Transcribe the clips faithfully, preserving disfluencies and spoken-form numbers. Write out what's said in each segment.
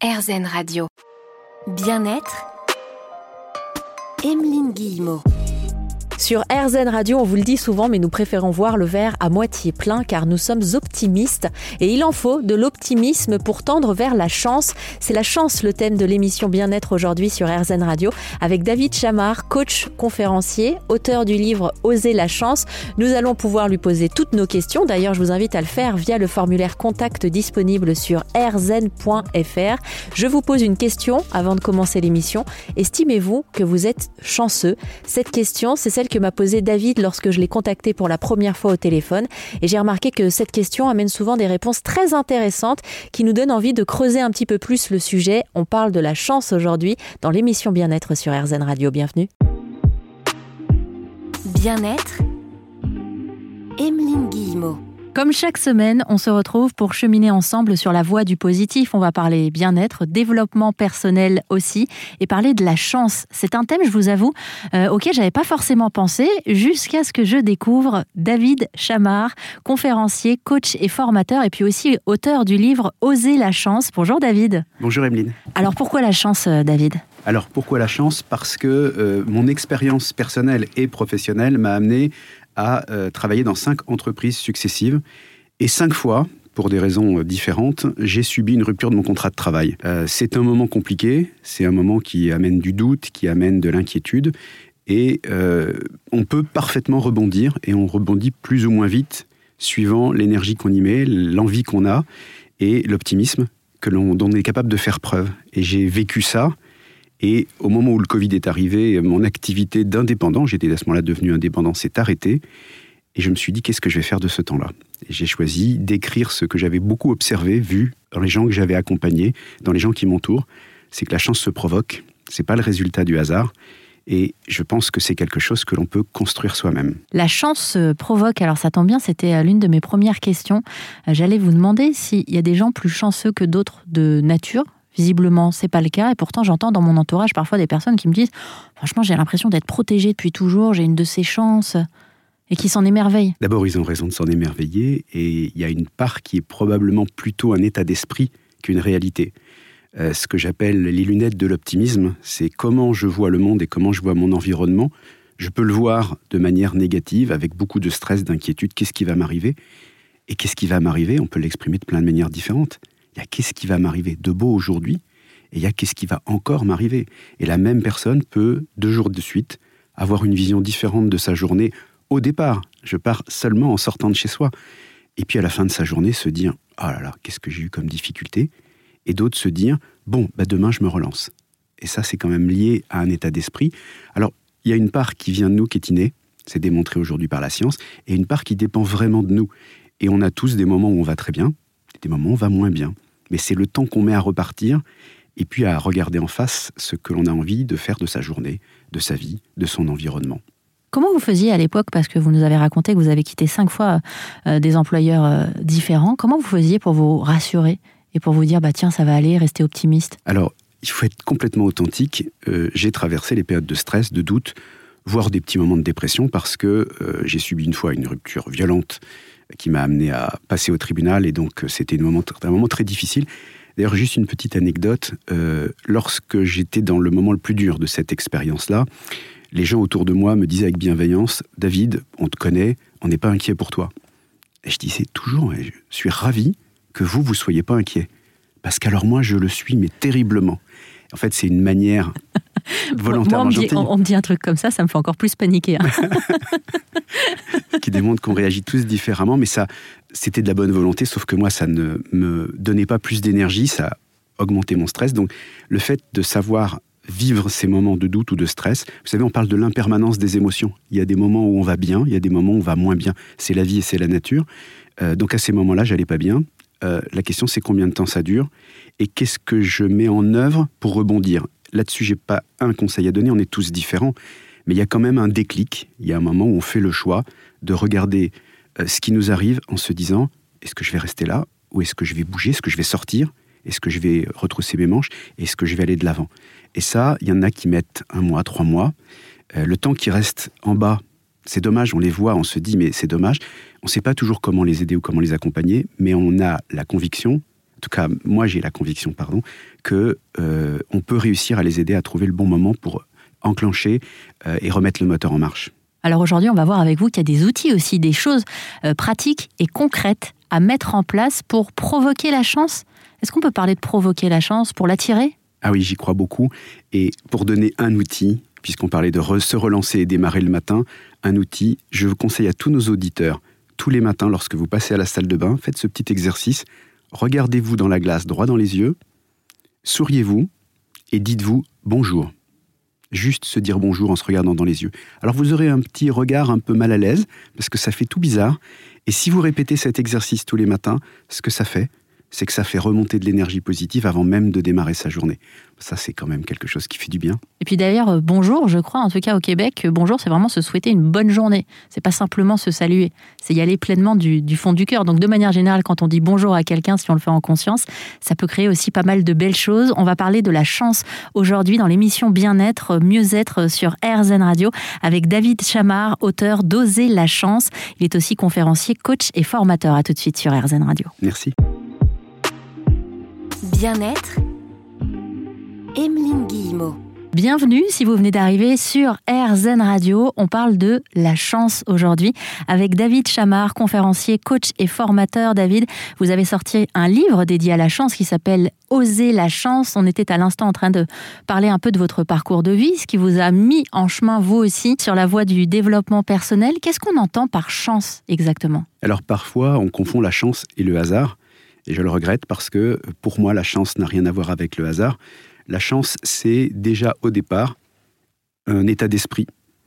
AirZen Radio. Bien-être, Emeline Guillemot. Sur AirZen Radio, on vous le dit souvent, mais nous préférons voir le verre à moitié plein car nous sommes optimistes et il en faut de l'optimisme pour tendre vers la chance. C'est la chance le thème de l'émission Bien-être aujourd'hui sur AirZen Radio avec David Chamard, coach conférencier, auteur du livre Oser la chance. Nous allons pouvoir lui poser toutes nos questions. D'ailleurs, je vous invite à le faire via le formulaire contact disponible sur airzen point f r. Je vous pose une question avant de commencer l'émission. Estimez-vous que vous êtes chanceux ? Cette question, c'est celle que m'a posé David lorsque je l'ai contacté pour la première fois au téléphone et j'ai remarqué que cette question amène souvent des réponses très intéressantes qui nous donnent envie de creuser un petit peu plus le sujet. On parle de la chance aujourd'hui dans l'émission Bien-être sur AirZen Radio. Bienvenue. Bien-être, Emeline Guillemot. Comme chaque semaine, on se retrouve pour cheminer ensemble sur la voie du positif. On va parler bien-être, développement personnel aussi, et parler de la chance. C'est un thème, je vous avoue, euh, auquel j'avais pas forcément pensé, jusqu'à ce que je découvre David Chamard, conférencier, coach et formateur, et puis aussi auteur du livre Oser la chance. Bonjour David. Bonjour Emeline. Alors pourquoi la chance, David ? Alors pourquoi la chance ? Parce que euh, mon expérience personnelle et professionnelle m'a amené à euh, travailler dans cinq entreprises successives. Et cinq fois, pour des raisons euh, différentes, j'ai subi une rupture de mon contrat de travail. Euh, c'est un moment compliqué, c'est un moment qui amène du doute, qui amène de l'inquiétude. Et euh, on peut parfaitement rebondir, et on rebondit plus ou moins vite, suivant l'énergie qu'on y met, l'envie qu'on a, et l'optimisme que l'on, dont on est capable de faire preuve. Et j'ai vécu ça. Et au moment où le Covid est arrivé, mon activité d'indépendant, j'étais à ce moment-là devenu indépendant, s'est arrêtée. Et je me suis dit, qu'est-ce que je vais faire de ce temps-là ? Et j'ai choisi d'écrire ce que j'avais beaucoup observé, vu dans les gens que j'avais accompagnés, dans les gens qui m'entourent. C'est que la chance se provoque, c'est pas le résultat du hasard. Et je pense que c'est quelque chose que l'on peut construire soi-même. La chance se provoque, alors ça tombe bien, c'était l'une de mes premières questions. J'allais vous demander s'il y a des gens plus chanceux que d'autres de nature. Visiblement, c'est pas le cas. Et pourtant, j'entends dans mon entourage parfois des personnes qui me disent « Franchement, j'ai l'impression d'être protégée depuis toujours, j'ai une de ces chances. » Et qui s'en émerveillent. D'abord, ils ont raison de s'en émerveiller. Et il y a une part qui est probablement plutôt un état d'esprit qu'une réalité. Euh, ce que j'appelle les lunettes de l'optimisme, c'est comment je vois le monde et comment je vois mon environnement. Je peux le voir de manière négative, avec beaucoup de stress, d'inquiétude. Qu'est-ce qui va m'arriver ? Et qu'est-ce qui va m'arriver ? On peut l'exprimer de plein de manières différentes. Il y a qu'est-ce qui va m'arriver de beau aujourd'hui, et il y a qu'est-ce qui va encore m'arriver. Et la même personne peut, deux jours de suite, avoir une vision différente de sa journée. Au départ, je pars seulement en sortant de chez soi. Et puis à la fin de sa journée, se dire « Ah là là, qu'est-ce que j'ai eu comme difficulté ?» Et d'autres se dire « Bon, bah demain je me relance. » Et ça, c'est quand même lié à un état d'esprit. Alors, il y a une part qui vient de nous, qui est innée, c'est démontré aujourd'hui par la science, et une part qui dépend vraiment de nous. Et on a tous des moments où on va très bien, des moments où on va moins bien. Mais c'est le temps qu'on met à repartir et puis à regarder en face ce que l'on a envie de faire de sa journée, de sa vie, de son environnement. Comment vous faisiez à l'époque, parce que vous nous avez raconté que vous avez quitté cinq fois euh, des employeurs euh, différents, comment vous faisiez pour vous rassurer et pour vous dire bah, « tiens, ça va aller, restez optimiste » ? Alors, il faut être complètement authentique. Euh, j'ai traversé les périodes de stress, de doute, voire des petits moments de dépression parce que euh, j'ai subi une fois une rupture violente qui m'a amené à passer au tribunal, et donc c'était un moment, un moment très difficile. D'ailleurs, juste une petite anecdote, euh, lorsque j'étais dans le moment le plus dur de cette expérience-là, les gens autour de moi me disaient avec bienveillance « David, on te connaît, on n'est pas inquiet pour toi ». Et je disais toujours, je suis ravi que vous, vous ne soyez pas inquiet. Parce qu'alors moi, je le suis, mais terriblement. En fait, c'est une manière volontairement gentille. Moi, on, on me dit un truc comme ça, ça me fait encore plus paniquer. Hein. Qui démontre qu'on réagit tous différemment, mais ça, c'était de la bonne volonté, sauf que moi, ça ne me donnait pas plus d'énergie, ça augmentait mon stress. Donc, le fait de savoir vivre ces moments de doute ou de stress, vous savez, on parle de l'impermanence des émotions. Il y a des moments où on va bien, il y a des moments où on va moins bien. C'est la vie et c'est la nature. Euh, donc, à ces moments-là, j'allais pas bien. Euh, la question, c'est combien de temps ça dure et qu'est-ce que je mets en œuvre pour rebondir. Là-dessus, j'ai pas un conseil à donner, on est tous différents, mais il y a quand même un déclic. Il y a un moment où on fait le choix de regarder euh, ce qui nous arrive en se disant « Est-ce que je vais rester là ? Ou est-ce que je vais bouger ? Est-ce que je vais sortir ? Est-ce que je vais retrousser mes manches ? Est-ce que je vais aller de l'avant ?» Et ça, il y en a qui mettent un mois, trois mois. Euh, le temps qui reste en bas, c'est dommage, on les voit, on se dit « mais c'est dommage ». On ne sait pas toujours comment les aider ou comment les accompagner, mais on a la conviction, tout cas, moi j'ai la conviction, pardon, que euh, on peut réussir à les aider à trouver le bon moment pour enclencher euh, et remettre le moteur en marche. Alors aujourd'hui, on va voir avec vous qu'il y a des outils aussi, des choses euh, pratiques et concrètes à mettre en place pour provoquer la chance. Est-ce qu'on peut parler de provoquer la chance pour l'attirer ? Ah oui, j'y crois beaucoup. Et pour donner un outil, puisqu'on parlait de re- se relancer et démarrer le matin, un outil, je vous conseille à tous nos auditeurs, tous les matins, lorsque vous passez à la salle de bain, faites ce petit exercice, regardez-vous dans la glace droit dans les yeux, souriez-vous et dites-vous bonjour. Juste se dire bonjour en se regardant dans les yeux. Alors vous aurez un petit regard un peu mal à l'aise, parce que ça fait tout bizarre. Et si vous répétez cet exercice tous les matins, ce que ça fait, c'est que ça fait remonter de l'énergie positive avant même de démarrer sa journée. Ça, c'est quand même quelque chose qui fait du bien. Et puis d'ailleurs, bonjour, je crois, en tout cas au Québec, bonjour, c'est vraiment se souhaiter une bonne journée. C'est pas simplement se saluer, c'est y aller pleinement du, du fond du cœur. Donc de manière générale, quand on dit bonjour à quelqu'un, si on le fait en conscience, ça peut créer aussi pas mal de belles choses. On va parler de la chance aujourd'hui dans l'émission Bien-être, Mieux-être sur R Z N Radio avec David Chamard, auteur d'Oser la chance. Il est aussi conférencier, coach et formateur. À tout de suite sur R Z N Radio. Merci. Bien-être, Emeline Guillemot. Bienvenue si vous venez d'arriver sur R Z N Radio. On parle de la chance aujourd'hui avec David Chamard, conférencier, coach et formateur. David, vous avez sorti un livre dédié à la chance qui s'appelle « Oser la chance ». On était à l'instant en train de parler un peu de votre parcours de vie, ce qui vous a mis en chemin, vous aussi, sur la voie du développement personnel. Qu'est-ce qu'on entend par chance exactement ? Alors parfois, on confond la chance et le hasard. Et je le regrette parce que, pour moi, la chance n'a rien à voir avec le hasard. La chance, c'est déjà au départ un état d'esprit.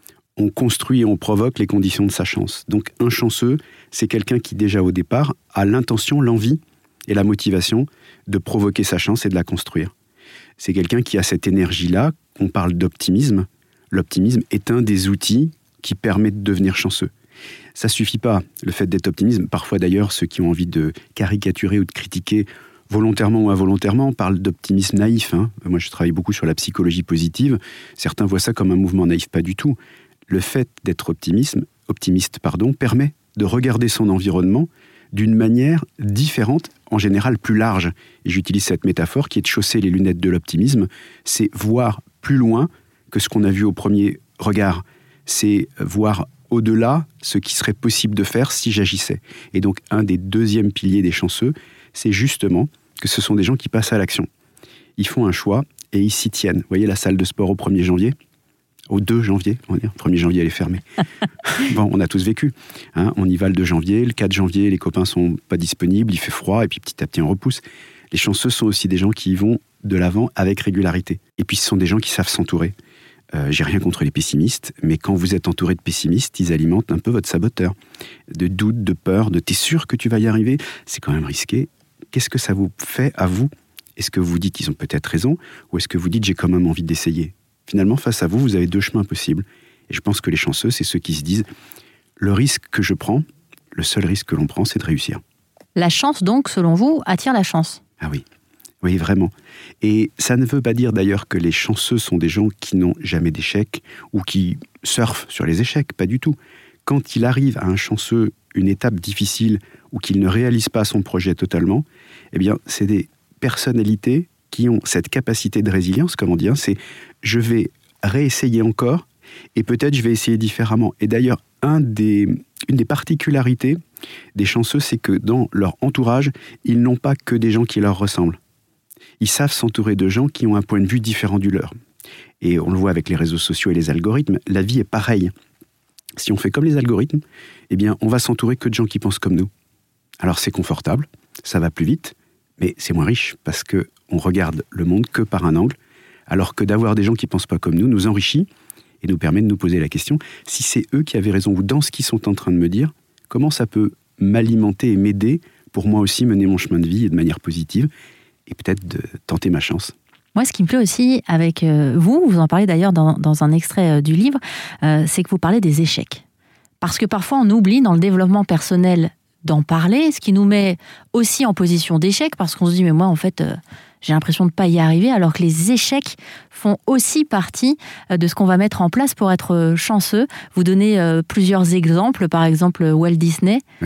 On construit et on provoque les conditions de sa chance. Donc un chanceux, c'est quelqu'un qui déjà au départ a l'intention, l'envie et la motivation de provoquer sa chance et de la construire. C'est quelqu'un qui a cette énergie-là, qu'on parle d'optimisme. L'optimisme est un des outils qui permet de devenir chanceux. Ça suffit pas, le fait d'être optimiste. Parfois d'ailleurs, ceux qui ont envie de caricaturer ou de critiquer volontairement ou involontairement parlent d'optimisme naïf. Hein. Moi, je travaille beaucoup sur la psychologie positive. Certains voient ça comme un mouvement naïf, pas du tout. Le fait d'être optimiste, optimiste pardon, permet de regarder son environnement d'une manière différente, en général plus large. Et j'utilise cette métaphore qui est de chausser les lunettes de l'optimisme. C'est voir plus loin que ce qu'on a vu au premier regard. C'est voir au-delà ce qui serait possible de faire si j'agissais. Et donc, un des deuxièmes piliers des chanceux, c'est justement que ce sont des gens qui passent à l'action. Ils font un choix et ils s'y tiennent. Vous voyez la salle de sport au premier janvier ? Au deux janvier, on va dire. Le premier janvier, elle est fermée. Bon, on a tous vécu. Hein, on y va le deux janvier. Le quatre janvier, les copains sont pas disponibles, il fait froid, et puis petit à petit, on repousse. Les chanceux sont aussi des gens qui y vont de l'avant avec régularité. Et puis, ce sont des gens qui savent s'entourer. Euh, j'ai rien contre les pessimistes, mais quand vous êtes entouré de pessimistes, ils alimentent un peu votre saboteur. De doute, de peur, de « t'es sûr que tu vas y arriver ?» C'est quand même risqué. Qu'est-ce que ça vous fait à vous ? Est-ce que vous vous dites qu'ils ont peut-être raison, ou est-ce que vous dites « j'ai quand même envie d'essayer ?» Finalement, face à vous, vous avez deux chemins possibles. Et je pense que les chanceux, c'est ceux qui se disent « le risque que je prends, le seul risque que l'on prend, c'est de réussir. » La chance, donc, selon vous, attire la chance ? Ah oui. Oui, vraiment. Et ça ne veut pas dire d'ailleurs que les chanceux sont des gens qui n'ont jamais d'échecs ou qui surfent sur les échecs, pas du tout. Quand il arrive à un chanceux une étape difficile ou qu'il ne réalise pas son projet totalement, eh bien, c'est des personnalités qui ont cette capacité de résilience, comme on dit, hein, c'est je vais réessayer encore et peut-être je vais essayer différemment. Et d'ailleurs, un des, une des particularités des chanceux, c'est que dans leur entourage, ils n'ont pas que des gens qui leur ressemblent. Ils savent s'entourer de gens qui ont un point de vue différent du leur. Et on le voit avec les réseaux sociaux et les algorithmes, la vie est pareille. Si on fait comme les algorithmes, eh bien, on va s'entourer que de gens qui pensent comme nous. Alors c'est confortable, ça va plus vite, mais c'est moins riche parce qu'on regarde le monde que par un angle, alors que d'avoir des gens qui pensent pas comme nous nous enrichit et nous permet de nous poser la question, si c'est eux qui avaient raison ou dans ce qu'ils sont en train de me dire, comment ça peut m'alimenter et m'aider pour moi aussi mener mon chemin de vie et de manière positive et peut-être de tenter ma chance. Moi, ce qui me plaît aussi avec vous, vous en parlez d'ailleurs dans, dans un extrait du livre, euh, c'est que vous parlez des échecs. Parce que parfois, on oublie dans le développement personnel d'en parler, ce qui nous met aussi en position d'échec, parce qu'on se dit, mais moi, en fait, euh, j'ai l'impression de ne pas y arriver, alors que les échecs font aussi partie de ce qu'on va mettre en place pour être chanceux. Vous donnez euh, plusieurs exemples, par exemple Walt Disney. Oui.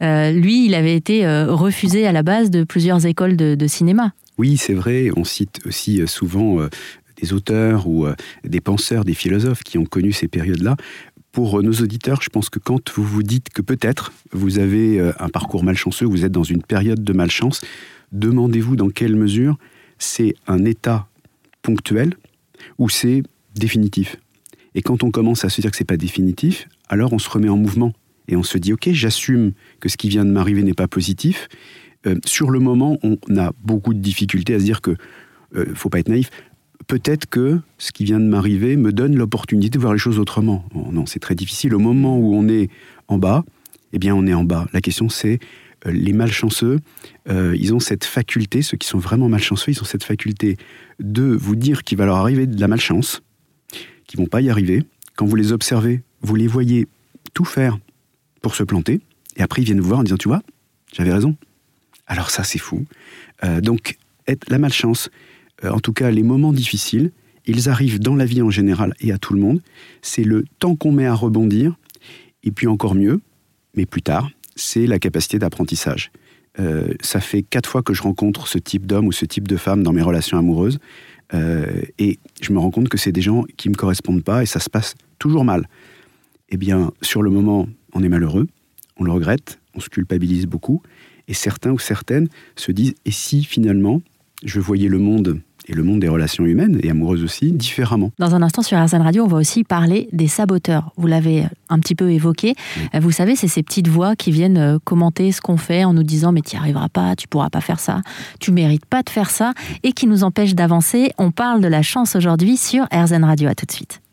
Euh, lui, il avait été euh, refusé à la base de plusieurs écoles de, de cinéma. Oui, c'est vrai. On cite aussi euh, souvent euh, des auteurs ou euh, des penseurs, des philosophes qui ont connu ces périodes-là. Pour euh, nos auditeurs, je pense que quand vous vous dites que peut-être vous avez euh, un parcours malchanceux, vous êtes dans une période de malchance, demandez-vous dans quelle mesure c'est un état ponctuel ou c'est définitif. Et quand on commence à se dire que c'est pas définitif, alors on se remet en mouvement et on se dit ok, j'assume que ce qui vient de m'arriver n'est pas positif. Euh, sur le moment, on a beaucoup de difficultés à se dire que euh, faut pas être naïf. Peut-être que ce qui vient de m'arriver me donne l'opportunité de voir les choses autrement. Bon, non, c'est très difficile. Au moment où on est en bas, eh bien, on est en bas. La question, c'est euh, les malchanceux. Euh, ils ont cette faculté, ceux qui sont vraiment malchanceux, ils ont cette faculté de vous dire qu'il va leur arriver de la malchance, qu'ils vont pas y arriver. Quand vous les observez, vous les voyez tout faire pour se planter. Et après, ils viennent vous voir en disant, tu vois, j'avais raison. Alors ça, c'est fou. Euh, donc, être la malchance, euh, en tout cas les moments difficiles, ils arrivent dans la vie en général et à tout le monde. C'est le temps qu'on met à rebondir. Et puis encore mieux, mais plus tard, c'est la capacité d'apprentissage. Euh, ça fait quatre fois que je rencontre ce type d'homme ou ce type de femme dans mes relations amoureuses. Euh, et je me rends compte que c'est des gens qui ne me correspondent pas et ça se passe toujours mal. Eh bien, sur le moment, on est malheureux, on le regrette, on se culpabilise beaucoup. Et certains ou certaines se disent « et si finalement, je voyais le monde et le monde des relations humaines et amoureuses aussi différemment ?» Dans un instant sur R Z N Radio, on va aussi parler des saboteurs. Vous l'avez un petit peu évoqué. Oui. Vous savez, c'est ces petites voix qui viennent commenter ce qu'on fait en nous disant « mais tu n'y arriveras pas, tu ne pourras pas faire ça, tu ne mérites pas de faire ça » et qui nous empêchent d'avancer. On parle de la chance aujourd'hui sur R Z N Radio. À tout de suite.